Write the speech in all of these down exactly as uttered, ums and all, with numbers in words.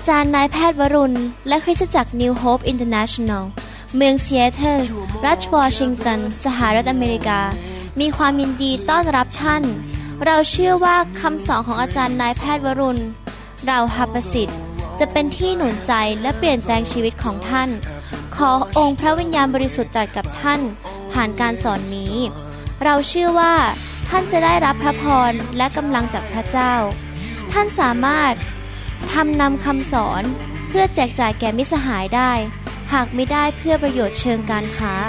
จารย์นายแพทย์วรุณและคริสตจักร New Hope International เมืองซีแอตเทิลรัฐวอชิงตันสหรัฐอเมริกามีความยินดีต้อนรับท่านเราเชื่อว่าคำสอนของอาจารย์นายแพทย์วรุณเราหประสิทธิ์จะเป็นที่หนุนใจและเปลี่ยนแปลงชีวิตของท่านขอองค์พระวิญญาณบริสุทธิ์ตรัสกับท่านผ่านการสอนนี้เราเชื่อว่าท่านจะได้รับพระพรและกำลังจากพระเจ้าท่านสามารถทำนำคำสอนเพื่อแจกจ่ายแก่มิตรสหายได้หากไม่ได้เพื่อประโยชน์เชิงการค้า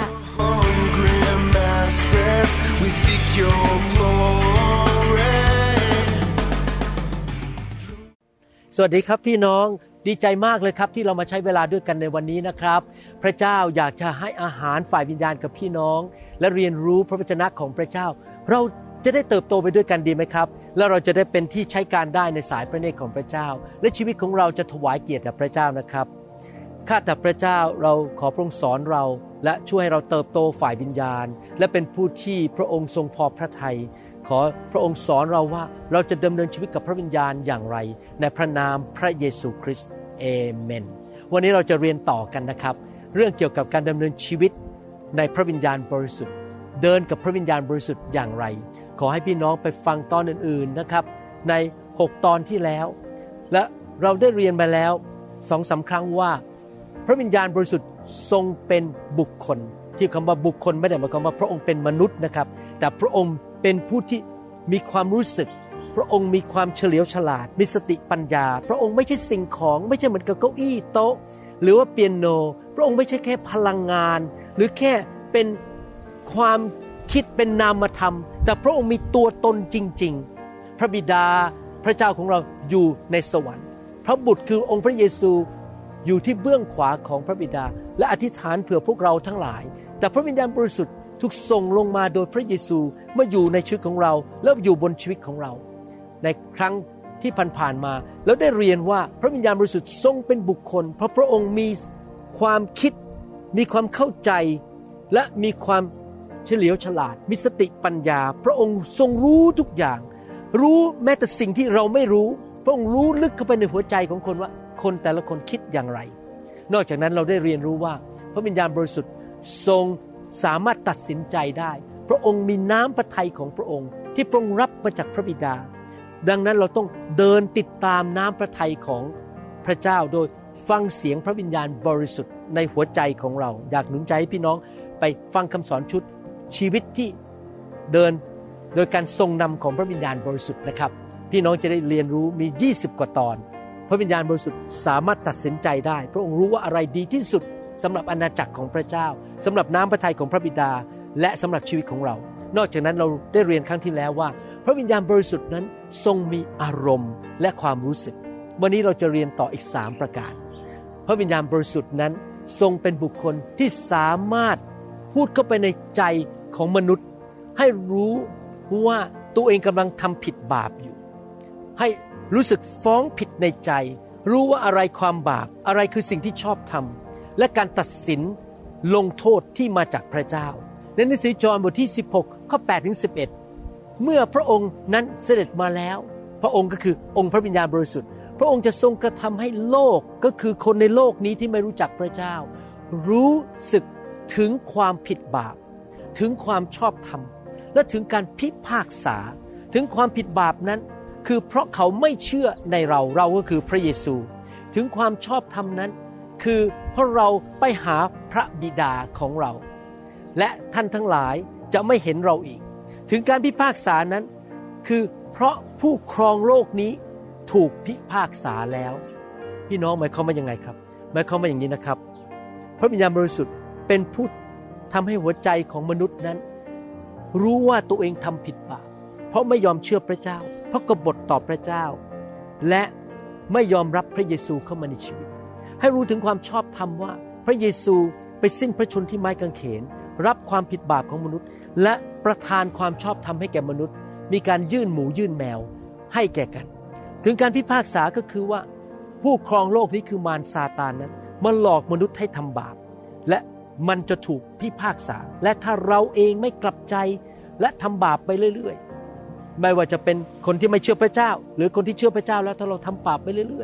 สวัสดีครับพี่น้องดีใจมากเลยครับที่เรามาใช้เวลาด้วยกันในวันนี้นะครับพระเจ้าอยากจะให้อาหารฝ่ายวิญญาณกับพี่น้องและเรียนรู้พระวจนะของพระเจ้าเราจะได้เติบโตไปด้วยกันดีไหมครับแล้วเราจะได้เป็นที่ใช้การได้ในสายพระเนตรของพระเจ้าและชีวิตของเราจะถวายเกียรติแด่พระเจ้านะครับข้าแต่พระเจ้าเราขอพระองค์สอนเราและช่วยให้เราเติบโตฝ่ายวิญญาณและเป็นผู้ที่พระองค์ทรงพอพระทัยขอพระองค์สอนเราว่าเราจะดำเนินชีวิตกับพระวิญญาณอย่างไรในพระนามพระเยซูคริสต์เอเมนวันนี้เราจะเรียนต่อกันนะครับเรื่องเกี่ยวกับการดำเนินชีวิตในพระวิญญาณบริสุทธิ์เดินกับพระวิญญาณบริสุทธิ์อย่างไรขอให้พี่น้องไปฟังตอนอื่นๆนะครับในหกตอนที่แล้วและเราได้เรียนมาแล้ว สองสาม ครั้งว่าพระวิญญาณบริสุทธิ์ทรงเป็นบุคคลที่คำว่าบุคคลไม่ได้หมายความว่าพระองค์เป็นมนุษย์นะครับแต่พระองค์เป็นผู้ที่มีความรู้สึกพระองค์มีความเฉลียวฉลาดมีสติปัญญาพระองค์ไม่ใช่สิ่งของไม่ใช่เหมือนกับเก้าอี้โต๊ะหรือว่าเปียโนพระองค์ไม่ใช่แค่พลังงานหรือแค่เป็นความคิดเป็นนามธรรมแต่พระองค์มีตัวตนจริงๆพระบิดาพระเจ้าของเราอยู่ในสวรรค์พระบุตรคือองค์พระเยซูอยู่ที่เบื้องขวาของพระบิดาและอธิษฐานเผื่อพวกเราทั้งหลายแต่พระวิญญาณบริสุทธิ์ถูกส่งลงมาโดยพระเยซูมาอยู่ในชีวิตของเราและอยู่บนชีวิตของเราในครั้งที่ผ่านๆมาแล้วได้เรียนว่าพระวิญญาณบริสุทธิ์ทรงเป็นบุคคลเพราะพระองค์มีความคิดมีความเข้าใจและมีความเฉลียวฉลาดมีสติปัญญาพระองค์ทรงรู้ทุกอย่างรู้แม้แต่สิ่งที่เราไม่รู้พระองค์รู้ลึกเข้าไปในหัวใจของคนว่าคนแต่ละคนคิดอย่างไรนอกจากนั้นเราได้เรียนรู้ว่าพระวิญญาณบริสุทธิ์ทรงสามารถตัดสินใจได้พระองค์มีน้ำพระทัยของพระองค์ที่พระองค์รับมาจากพระบิดาดังนั้นเราต้องเดินติดตามน้ำพระทัยของพระเจ้าโดยฟังเสียงพระวิญญาณบริสุทธิ์ในหัวใจของเราอยากหนุนใจให้พี่น้องไปฟังคำสอนชุดชีวิตที่เดินโดยการทรงนำของพระวิญญาณบริสุทธิ์นะครับพี่น้องจะได้เรียนรู้มียี่สิบกว่าตอนพระวิญญาณบริสุทธิ์สามารถตัดสินใจได้พระองค์รู้ว่าอะไรดีที่สุดสำหรับอาณาจักรของพระเจ้าสำหรับน้ำพระทัยของพระบิดาและสำหรับชีวิตของเรานอกจากนั้นเราได้เรียนครั้งที่แล้วว่าพระวิญญาณบริสุทธิ์นั้นทรงมีอารมณ์และความรู้สึกวันนี้เราจะเรียนต่ออีกสามประการพระวิญญาณบริสุทธิ์นั้นทรงเป็นบุคคลที่สามารถพูดเข้าไปในใจของมนุษย์ให้รู้ว่าตัวเองกำลังทำผิดบาปอยู่ให้รู้สึกฟ้องผิดในใจรู้ว่าอะไรความบาปอะไรคือสิ่งที่ชอบทำและการตัดสินลงโทษที่มาจากพระเจ้าในหนังสือจอห์นบทที่สิบหกข้อแปดถึงสิบเอ็ดเมื่อพระองค์นั้นเสด็จมาแล้วพระองค์ก็คือองค์พระวิญญาณบริสุทธิ์พระองค์จะทรงกระทำให้โลกก็คือคนในโลกนี้ที่ไม่รู้จักพระเจ้ารู้สึกถึงความผิดบาปถึงความชอบธรรมและถึงการพิพากษาถึงความผิดบาปนั้นคือเพราะเขาไม่เชื่อในเราเราก็คือพระเยซูถึงความชอบธรรมนั้นคือเพราะเราไปหาพระบิดาของเราและท่านทั้งหลายจะไม่เห็นเราอีกถึงการพิพากษานั้นคือเพราะผู้ครองโลกนี้ถูกพิพากษาแล้วพี่น้องหมายความว่ายังไงครับหมายความว่าอย่างนี้นะครับพระวิญญาณบริสุทธิ์เป็นผู้ทำให้หัวใจของมนุษย์นั้นรู้ว่าตัวเองทำผิดบาปเพราะไม่ยอมเชื่อพระเจ้าเพราะกบฏต่อพระเจ้าและไม่ยอมรับพระเยซูเข้ามาในชีวิตให้รู้ถึงความชอบธรรมว่าพระเยซูไปสิ้นพระชนม์ที่ไม้กางเขนรับความผิดบาปของมนุษย์และประทานความชอบธรรมให้แก่มนุษย์มีการยื่นหมูยื่นแมวให้แก่กันถึงการพิพากษาก็คือว่าผู้ครองโลกนี้คือมารซาตานนั้นมาหลอกมนุษย์ให้ทำบาปและมันจะถูกพิพากษาและถ้าเราเองไม่กลับใจและทำบาปไปเรื่อยๆไม่ว่าจะเป็นคนที่ไม่เชื่อพระเจ้าหรือคนที่เชื่อพระเจ้าแล้วถ้าเราทำบาปไปเรื่อยๆ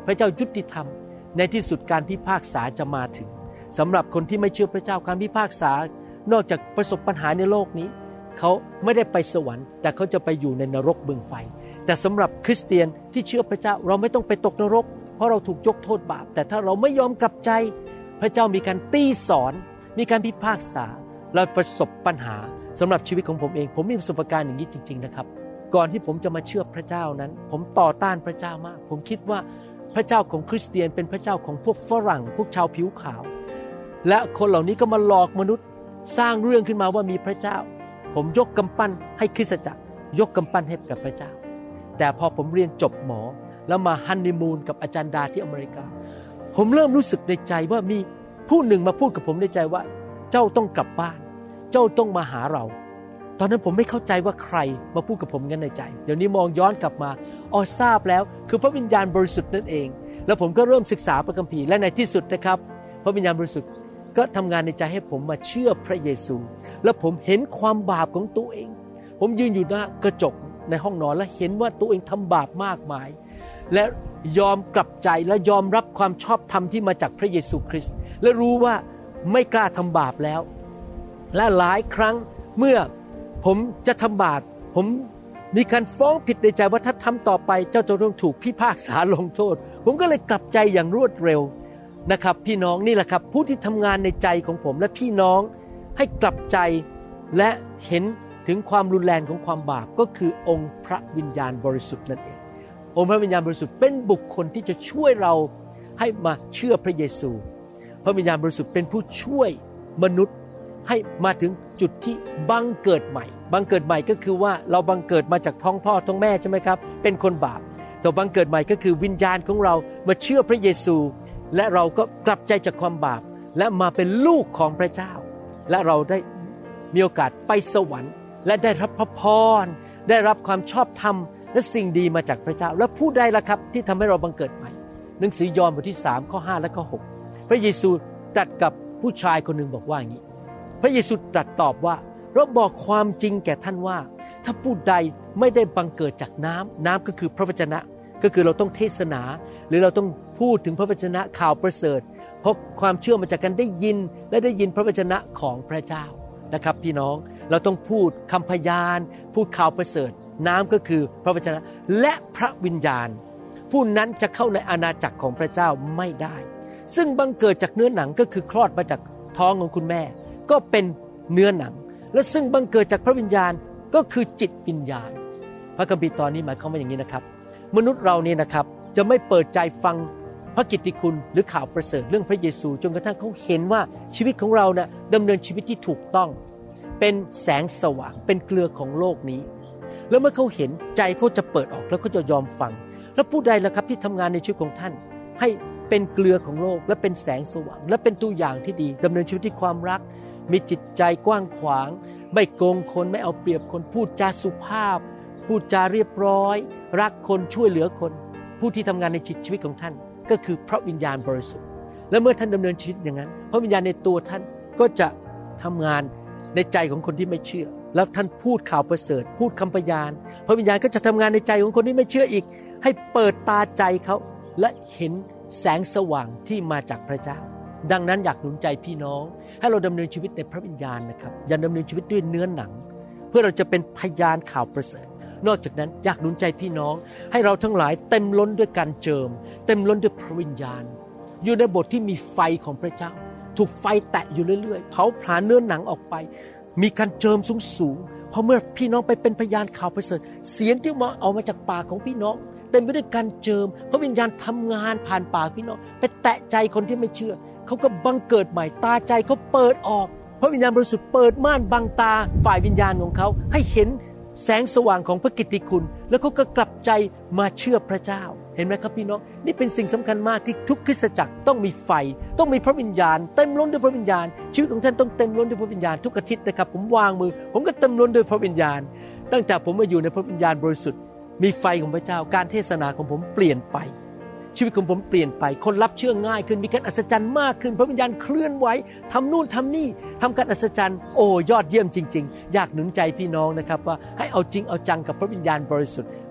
พระเจ้ายุติธรรมในที่สุดการพิพากษาจะมาถึงสำหรับคนที่ไม่เชื่อพระเจ้าการพิพากษานอกจากประสบปัญหาในโลกนี้เขาไม่ได้ไปสวรรค์แต่เขาจะไปอยู่ในนรกบึงไฟแต่สำหรับคริสเตียนที่เชื่อพระเจ้าเราไม่ต้องไปตกนรกเพราะเราถูกยกโทษบาปแต่ถ้าเราไม่ยอมกลับใจพระเจ้ามีการตีสอนมีการพิพากษาเราประสบปัญหาสำหรับชีวิตของผมเองผมมีประสบการณ์อย่างนี้จริงๆนะครับก่อนที่ผมจะมาเชื่อพระเจ้านั้นผมต่อต้านพระเจ้ามากผมคิดว่าพระเจ้าของคริสเตียนเป็นพระเจ้าของพวกฝรั่งพวกชาวผิวขาวและคนเหล่านี้ก็มาหลอกมนุษย์สร้างเรื่องขึ้นมาว่ามีพระเจ้าผมยกกำปั้นให้คริสตจักรยกกำปั้นให้กับพระเจ้าแต่พอผมเรียนจบหมอแล้วมาฮันนีมูนกับอาจารย์ดาที่อเมริกาผมเริ่มรู้สึกในใจว่ามีผู้หนึ่งมาพูดกับผมในใจว่าเจ้าต้องกลับบ้านเจ้าต้องมาหาเราตอนนั้นผมไม่เข้าใจว่าใครมาพูดกับผมงั้นในใจเดี๋ยวนี้มองย้อนกลับมาอ๋อทราบแล้วคือพระวิญญาณบริสุทธิ์นั่นเองแล้วผมก็เริ่มศึกษาพระคัมภีร์และในที่สุดนะครับพระวิญญาณบริสุทธิ์ก็ทำงานในใจให้ผมมาเชื่อพระเยซูและผมเห็นความบาปของตัวเองผมยืนอยู่หน้ากระจกในห้องนอนและเห็นว่าตัวเองทำบาปมากมายและยอมกลับใจและยอมรับความชอบธรรมที่มาจากพระเยซูคริสต์และรู้ว่าไม่กล้าทำบาปแล้วและหลายครั้งเมื่อผมจะทำบาปผมมีการฟ้องผิดในใจว่าถ้าทำต่อไปเจ้าจะต้องถูกพิพากษาลงโทษผมก็เลยกลับใจอย่างรวดเร็วนะครับพี่น้องนี่แหละครับผู้ที่ทำงานในใจของผมและพี่น้องให้กลับใจและเห็นถึงความรุนแรงของความบาปก็คือองค์พระวิญญาณบริสุทธิ์นั่นเององค์พระวิญญาณบริสุทธิ์เป็นบุคคลที่จะช่วยเราให้มาเชื่อพระเยซูพระวิญญาณบริสุทธิ์เป็นผู้ช่วยมนุษย์ให้มาถึงจุดที่บังเกิดใหม่บังเกิดใหม่ก็คือว่าเราบังเกิดมาจากท้องพ่อท้องแม่ใช่ไหมครับเป็นคนบาปแต่บังเกิดใหม่ก็คือวิญญาณของเรามาเชื่อพระเยซูและเราก็กลับใจจากความบาปและมาเป็นลูกของพระเจ้าและเราได้มีโอกาสไปสวรรค์และได้รับพระพรได้รับความชอบธรรมและสิ่งดีมาจากพระเจ้าและผู้ใดล่ะครับที่ทำให้เราบังเกิดใหม่หนังสือยอห์นบทที่สามข้อห้าและข้อหกพระเยซูตรัสกับผู้ชายคนหนึ่งบอกว่าอย่างนี้พระเยซูตรัสตอบว่าเราบอกความจริงแก่ท่านว่าถ้าผู้ใดไม่ได้บังเกิดจากน้ำน้ำก็คือพระวจนะก็คือเราต้องเทศนาหรือเราต้องพูดถึงพระวจนะข่าวประเสริฐเพราะความเชื่อมาจากการได้ยินและได้ยินพระวจนะของพระเจ้านะครับพี่น้องเราต้องพูดคำพยานพูดข่าวประเสริฐน้ำก็คือพระวจนะและพระวิญญาณผู้นั้นจะเข้าในอาณาจักรของพระเจ้าไม่ได้ซึ่งบังเกิดจากเนื้อหนังก็คือคลอดมาจากท้องของคุณแม่ก็เป็นเนื้อหนังและซึ่งบังเกิดจากพระวิญญาณก็คือจิตวิญญาณพระคัมภีร์ตอนนี้หมายความว่าอย่างนี้นะครับมนุษย์เราเนี่ยนะครับจะไม่เปิดใจฟังพระกิตติคุณหรือข่าวประเสริฐเรื่องพระเยซูจนกระทั่งเขาเห็นว่าชีวิตของเราเนี่ยดำเนินชีวิตที่ถูกต้องเป็นแสงสว่างเป็นเกลือของโลกนี้แล้วเมื่อเขาเห็นใจเขาจะเปิดออกแล้วเขาจะยอมฟังแล้วผู้ใดล่ะครับที่ทำงานในชีวิตของท่านให้เป็นเกลือของโลกและเป็นแสงสว่างและเป็นตัวอย่างที่ดีดำเนินชีวิตที่ความรักมีจิตใจกว้างขวางไม่โกงคนไม่เอาเปรียบคนพูดจาสุภาพพูดจาเรียบร้อยรักคนช่วยเหลือคนผู้ที่ทำงานในชีวิตของท่านก็คือพระวิญญาณบริสุทธิ์และเมื่อท่านดำเนินชีวิตอย่างนั้นพระวิญญาณในตัวท่านก็จะทำงานในใจของคนที่ไม่เชื่อแล้วท่านพูดข่าวประเสริฐพูดคำพยานพระวิญญาณก็จะทำงานในใจของคนที่ไม่เชื่ออีกให้เปิดตาใจเขาและเห็นแสงสว่างที่มาจากพระเจ้าดังนั้นอยากหนุนใจพี่น้องให้เราดำเนินชีวิตในพระวิญญาณนะครับอย่าดำเนินชีวิตด้วยเนื้อหนังเพื่อเราจะเป็นพยานข่าวประเสริฐนอกจากนั้นอยากหนุนใจพี่น้องให้เราทั้งหลายเต็มล้นด้วยการเจิมเต็มล้นด้วยพระวิญญาณอยู่ในบทที่มีไฟของพระเจ้าถูกไฟแตะอยู่เรื่อยๆเผาผลาญเนื้อหนังออกไปมีการเจิมสูงๆเพราะเมื่อพี่น้องไปเป็นพยานข่าวประเสริฐเสียงที่มาออกมาจากปากของพี่น้องเต็มไปด้วยการเจิมพระวิญญาณทำงานผ่านปากพี่น้องไปแตะใจคนที่ไม่เชื่อเขาก็บังเกิดใหม่ตาใจเขาเปิดออกพระวิญญาณบริสุทธิ์เปิดม่านบังตาฝ่ายวิญญาณของเขาให้เห็นแสงสว่างของพระกิตติคุณแล้วเขาก็กลับใจมาเชื่อพระเจ้าเห็นไหมครับพี่น้องนี่เป็นสิ่งสำคัญมากที่ทุกคริสตจักรต้องมีไฟต้องมีพระวิญญาณเต็มล้นด้วยพระวิญญาณชีวิตของท่านต้องเต็มล้นด้วยพระวิญญาณทุกอาทิตย์นะครับผมวางมือผมก็เต็มล้นด้วยพระวิญญาณตั้งแต่ผมมาอยู่ในพระวิญญาณบริสุทธิ์มีไฟของพระเจ้าการเทศนาของผมเปลี่ยนไปชีวิตของผมเปลี่ยนไปคนรับเชื่อง่ายขึ้นมีการอัศจรรย์มากขึ้นพระวิญญาณเคลื่อนไหวทำนู่นทำนี่ทำการอัศจรรย์โอ้ยอดเยี่ยมจริงๆอยากหนุนใจพี่น้องนะครับว่าให้เอาจริงเอาจังกับพระวิญญาณบริสุทธิ์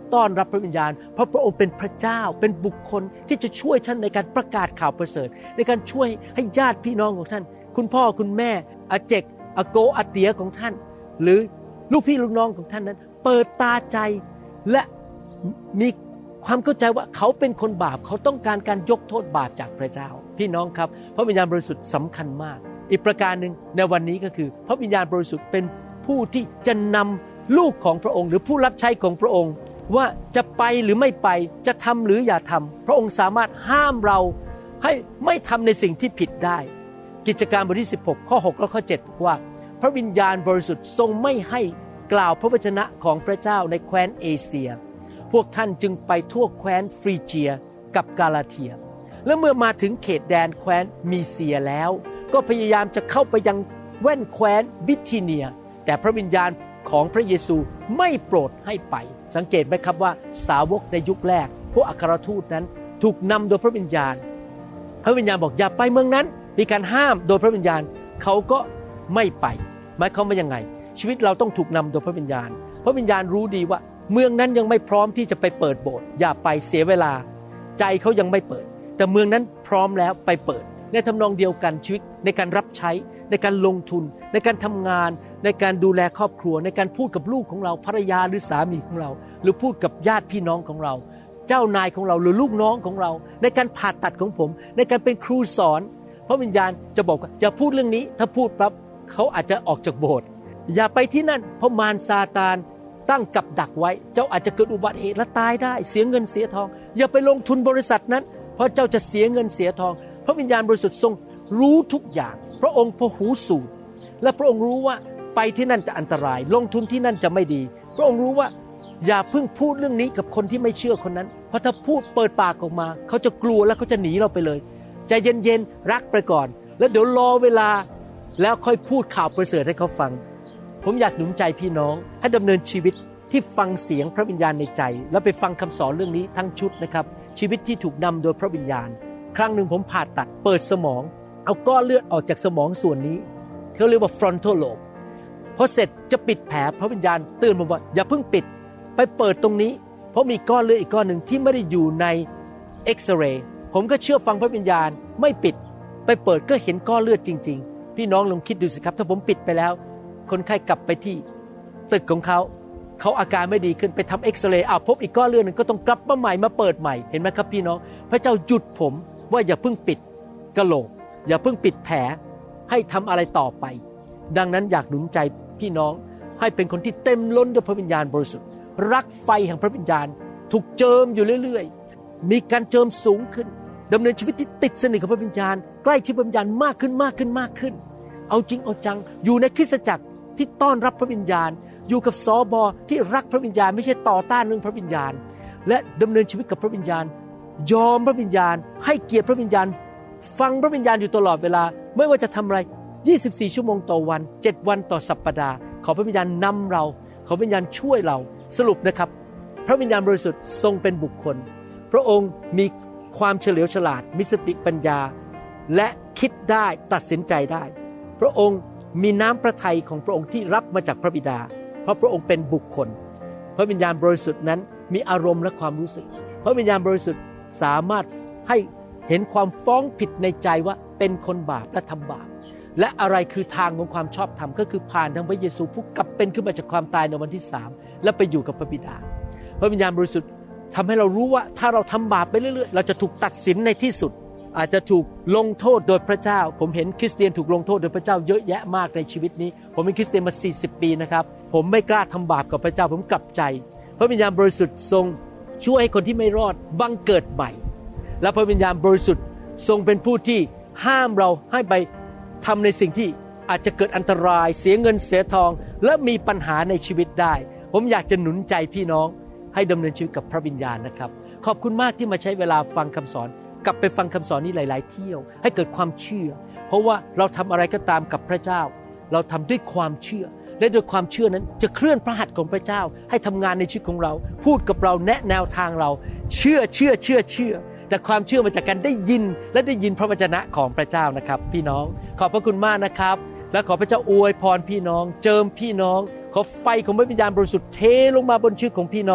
ต้อนรับพระวิญญาณเพราะพระองค์เป็นพระเจ้าเป็นบุคคลที่จะช่วยท่านในการประกาศข่าวประเสริฐในการช่วยให้ญาติพี่น้องของท่านคุณพ่อคุณแม่อาเจกอาโกอาเตียของท่านหรือลูกพี่ลูกน้องของท่านนั้นเปิดตาใจและมีความเข้าใจว่าเขาเป็นคนบาปเขาต้องการการยกโทษบาปจากพระเจ้าพี่น้องครับพระวิญญาณบริสุทธิ์สำคัญมากอีกประการหนึ่งในวันนี้ก็คือพระวิญญาณบริสุทธิ์เป็นผู้ที่จะนำลูกของพระองค์หรือผู้รับใช้ของพระองค์ว่าจะไปหรือไม่ไปจะทำหรืออย่าทำพระองค์สามารถห้ามเราให้ไม่ทำในสิ่งที่ผิดได้กิจการบทที่สิบหกข้อหกและข้อเจ็ดบอกว่าพระวิญญาณบริสุทธิ์ทรงไม่ให้กล่าวพระวจนะของพระเจ้าในแคว้นเอเชียพวกท่านจึงไปทั่วแคว้นฟรีเจียกับกาลาเทียและเมื่อมาถึงเขตแดนแคว้นมีเซียแล้วก็พยายามจะเข้าไปยังแว่นแคว้นบิธิเนียแต่พระวิญญาณของพระเยซูไม่โปรดให้ไปสังเกตไหมครับว่าสาวกในยุคแรกพวกอัครทูตนั้นถูกนำโดยพระวิญญาณพระวิญญาณบอกอย่าไปเมืองนั้นมีการห้ามโดยพระวิญญาณเขาก็ไม่ไปหมายความว่ายังไงชีวิตเราต้องถูกนำโดยพระวิญญาณพระวิญญาณรู้ดีว่าเมืองนั้นยังไม่พร้อมที่จะไปเปิดโบสถ์อย่าไปเสียเวลาใจเขายังไม่เปิดแต่เมืองนั้นพร้อมแล้วไปเปิดในทำนองเดียวกันชีวิตในการรับใช้ในการลงทุนในการทำงานในการดูแลครอบครัวในการพูดกับลูกของเราภรรยาหรือสามีของเราหรือพูดกับญาติพี่น้องของเราเจ้านายของเราหรือลูกน้องของเราในการผ่าตัดของผมในการเป็นครูสอนพระวิญญาณจะบอกว่าอย่าพูดเรื่องนี้ถ้าพูดปั๊บเขาอาจจะออกจากโบสถ์อย่าไปที่นั่นเพราะมารซาตานตั้งกับดักไว้เจ้าอาจจะเกิดอุบัติเหตุและตายได้เสียเงินเสียทองอย่าไปลงทุนบริษัทนั้นเพราะเจ้าจะเสียเงินเสียทองพระวิญญาณบริสุทธิ์ทรงรู้ทุกอย่างพระองค์พหูสูตรและพระองค์รู้ว่าไปที่นั่นจะอันตรายลงทุนที่นั่นจะไม่ดีพระองค์รู้ว่าอย่าเพิ่งพูดเรื่องนี้กับคนที่ไม่เชื่อคนนั้นเพราะถ้าพูดเปิดปากออกมาเขาจะกลัวและเขาจะหนีเราไปเลยใจเย็นๆรักไปก่อนแล้วเดี๋ยวรอเวลาแล้วค่อยพูดข่าวประเสริฐให้เขาฟังผมอยากหนุนใจพี่น้องให้ดำเนินชีวิตที่ฟังเสียงพระวิญญาณในใจแล้วไปฟังคำสอนเรื่องนี้ทั้งชุดนะครับชีวิตที่ถูกนำโดยพระวิญญาณครั้งหนึ่งผมผ่าตัดเปิดสมองเอาก้อนเลือดออกจากสมองส่วนนี้เขาเรียกว่า frontal lobe พอเสร็จจะปิดแผลพระวิญญาณเตือนผมว่าอย่าเพิ่งปิดไปเปิดตรงนี้เพราะมีก้อนเลือดอีกก้อนหนึ่งที่ไม่ได้อยู่ในเอ็กซเรย์ผมก็เชื่อฟังพระวิญญาณไม่ปิดไปเปิดก็เห็นก้อนเลือดจริงๆพี่น้องลองคิดดูสิครับถ้าผมปิดไปแล้วคนไข้กลับไปที่ตึกของเขาเขาอาการไม่ดีขึ้นไปทำเอ็กซเรย์อ้าวพบอีกก้อนเลือดนึงก็ต้องกลับมาใหม่มาเปิดใหม่เห็นไหมครับพี่น้องพระเจ้าหยุดผมว่าอย่าเพิ่งปิดกะโหลกอย่าเพิ่งปิดแผลให้ทำอะไรต่อไปดังนั้นอยากหนุนใจพี่น้องให้เป็นคนที่เต็มล้นด้วยพระวิญญาณบริสุทธิ์รักไฟแห่งพระวิญญาณถูกเจิมอยู่เรื่อยๆมีการเจิมสูงขึ้นดำเนินชีวิตที่ติดสนิทกับพระวิญญาณใกล้ชิดพระวิญญาณมากขึ้นมากขึ้นมากขึ้นเอาจริงเอาจังอยู่ในคริสตจักรที่ต้อนรับพระวิญญาณอยู่กับสบที่รักพระวิญญาณไม่ใช่ต่อต้านเรื่องพระวิญญาณและดำเนินชีวิตกับพระวิญญาณยอมพระวิญญาณให้เกียรติพระวิญญาณฟังพระวิญญาณอยู่ตลอดเวลาไม่ว่าจะทำอะไรยี่สิบสี่ชั่วโมงต่อวันเจ็ดวันต่อสัปดาห์ขอพระวิญญาณนำเราขอพระวิญญาณช่วยเราสรุปนะครับพระวิญญาณบริสุทธิ์ทรงเป็นบุคคลพระองค์มีความเฉลียวฉลาดมีสติปัญญาและคิดได้ตัดสินใจได้พระองค์มีน้ำพระทัยของพระองค์ที่รับมาจากพระบิดาเพราะพระองค์เป็นบุคคลพระวิญญาณบริสุทธิ์นั้นมีอารมณ์และความรู้สึกพระวิญญาณบริสุทธิ์สามารถให้เห็นความฟ้องผิดในใจว่าเป็นคนบาปและทำบาปและอะไรคือทางของความชอบธรรมก็คือผ่านทางพระเยซูผู้กลับเป็นขึ้นมาจากความตายในวันที่สามและไปอยู่กับพระบิดาพระวิญญาณบริสุทธิ์ทำให้เรารู้ว่าถ้าเราทำบาปไปเรื่อยๆเราจะถูกตัดสินในที่สุดอาจจะถูกลงโทษโดยพระเจ้าผมเห็นคริสเตียนถูกลงโทษโดยพระเจ้าเยอะแยะมากในชีวิตนี้ผมเป็นคริสเตียนมาสี่สิบปีนะครับผมไม่กล้าทำบาปกับพระเจ้าผมกลับใจพระวิญญาณบริสุทธิ์ทรงช่วยให้คนที่ไม่รอดบังเกิดใหม่และพระวิญญาณบริสุทธิ์ทรงเป็นผู้ที่ห้ามเราให้ไปทำในสิ่งที่อาจจะเกิดอันตรายเสียเงินเสียทองและมีปัญหาในชีวิตได้ผมอยากจะหนุนใจพี่น้องให้ดำเนินชีวิตกับพระวิญญาณนะครับขอบคุณมากที่มาใช้เวลาฟังคำสอนกลับไปฟังคำสอนนี้หลายๆเที่ยวให้เกิดความเชื่อเพราะว่าเราทำอะไรก็ตามกับพระเจ้าเราทำด้วยความเชื่อและด้วยความเชื่อนั้นจะเคลื่อนพระหัตถ์ของพระเจ้าให้ทำงานในชีวิตของเราพูดกับเราแนะแนวทางเราเชื่อเชื่อเชื่อเชื่อแต่ความเชื่อมาจากการได้ยินและได้ยินพระวจนะของพระเจ้านะครับพี่น้องขอบพระคุณมากนะครับและขอพระเจ้าอวยพรพี่น้องเจิมพี่น้องขอไฟของพระวิญญาณบริสุทธิ์เทลงมาบนชีวิตของพี่น้อง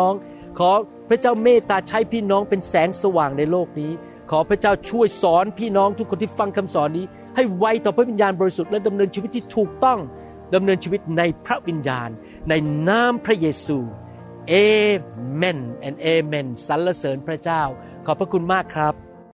ขอพระเจ้าเมตตาใช้พี่น้องเป็นแสงสว่างในโลกนี้ขอพระเจ้าช่วยสอนพี่น้องทุกคนที่ฟังคำสอนนี้ให้ไวต่อพระวิญญาณบริสุทธิ์และดำเนินชีวิตที่ถูกต้องดำเนินชีวิตในพระวิญญาณในนามพระเยซูเอเมน and เอเมนสรรเสริญพระเจ้าขอบพระคุณมากครับ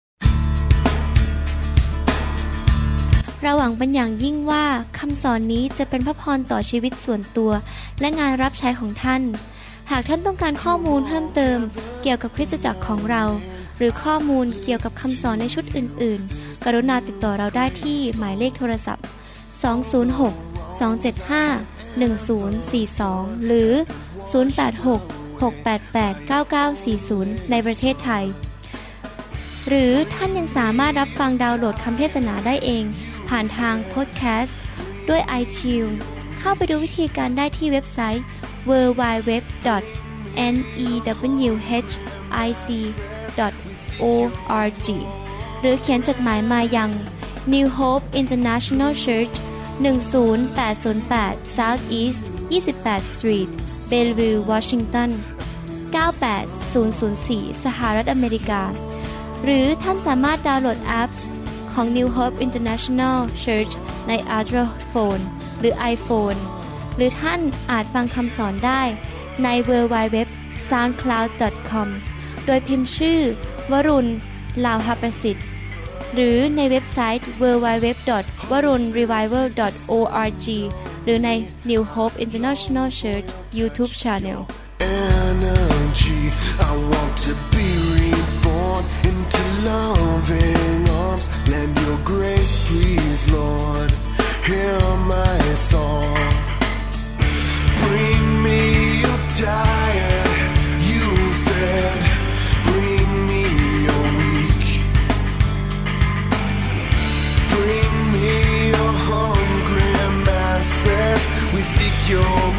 เราหวังเป็นอย่างยิ่งว่าคำสอนนี้จะเป็นพระพรต่อชีวิตส่วนตัวและงานรับใช้ของท่านหากท่านต้องการข้อมูลเพิ่มเติมเกี่ยวกับคริสตจักรของเราหรือข้อมูลเกี่ยวกับคำสอนในชุดอื่นๆกรุณาติดต่อเราได้ที่หมายเลขโทรศัพท์สอง ศูนย์ หก สอง เจ็ด ห้า หนึ่ง ศูนย์ สี่ สองหรือศูนย์ แปด หก หก แปด แปด เก้า เก้า สี่ ศูนย์ในประเทศไทยหรือท่านยังสามารถรับฟังดาวน์โหลดคำเทศนาได้เองผ่านทางพอดแคสต์ด้วย iTunes เข้าไปดูวิธีการได้ที่เว็บไซต์ ดับเบิลยู ดับเบิลยู ดับเบิลยู ดอท เน อี ดับเบิลยู เอช ไอ ซี ดอท โอ อาร์ จี หรือเขียนจดหมายมายัง New Hope International Church หนึ่ง ศูนย์ แปด ศูนย์ แปด South East ยี่สิบแปด Street Bellevue Washington เก้า แปด ศูนย์ ศูนย์ สี่ สหรัฐอเมริกาหรือท่านสามารถดาวน์โหลดแอปของ New Hope International Church ใน Android Phone หรือ iPhone หรือท่านอาจฟังคำสอนได้ใน ดับเบิลยู ดับเบิลยู ดับเบิลยู ดอท ซาวด์คลาวด์ ดอท คอม โดยพิมพ์ชื่อวรุณ ลาวหประสิทธิ์หรือในเว็บไซต์ ดับเบิลยู ดับเบิลยู ดับเบิลยู ดอท วรุณ รีไววัล ดอท โอ อาร์ จี หรือใน New Hope International Church YouTube Channel Energy, I want to be reborn into loving arms. Lend your grace, please, Lord. Hear my song. Bring me your tired, you said. Bring me your weak. Bring me your hungry masses. We seek your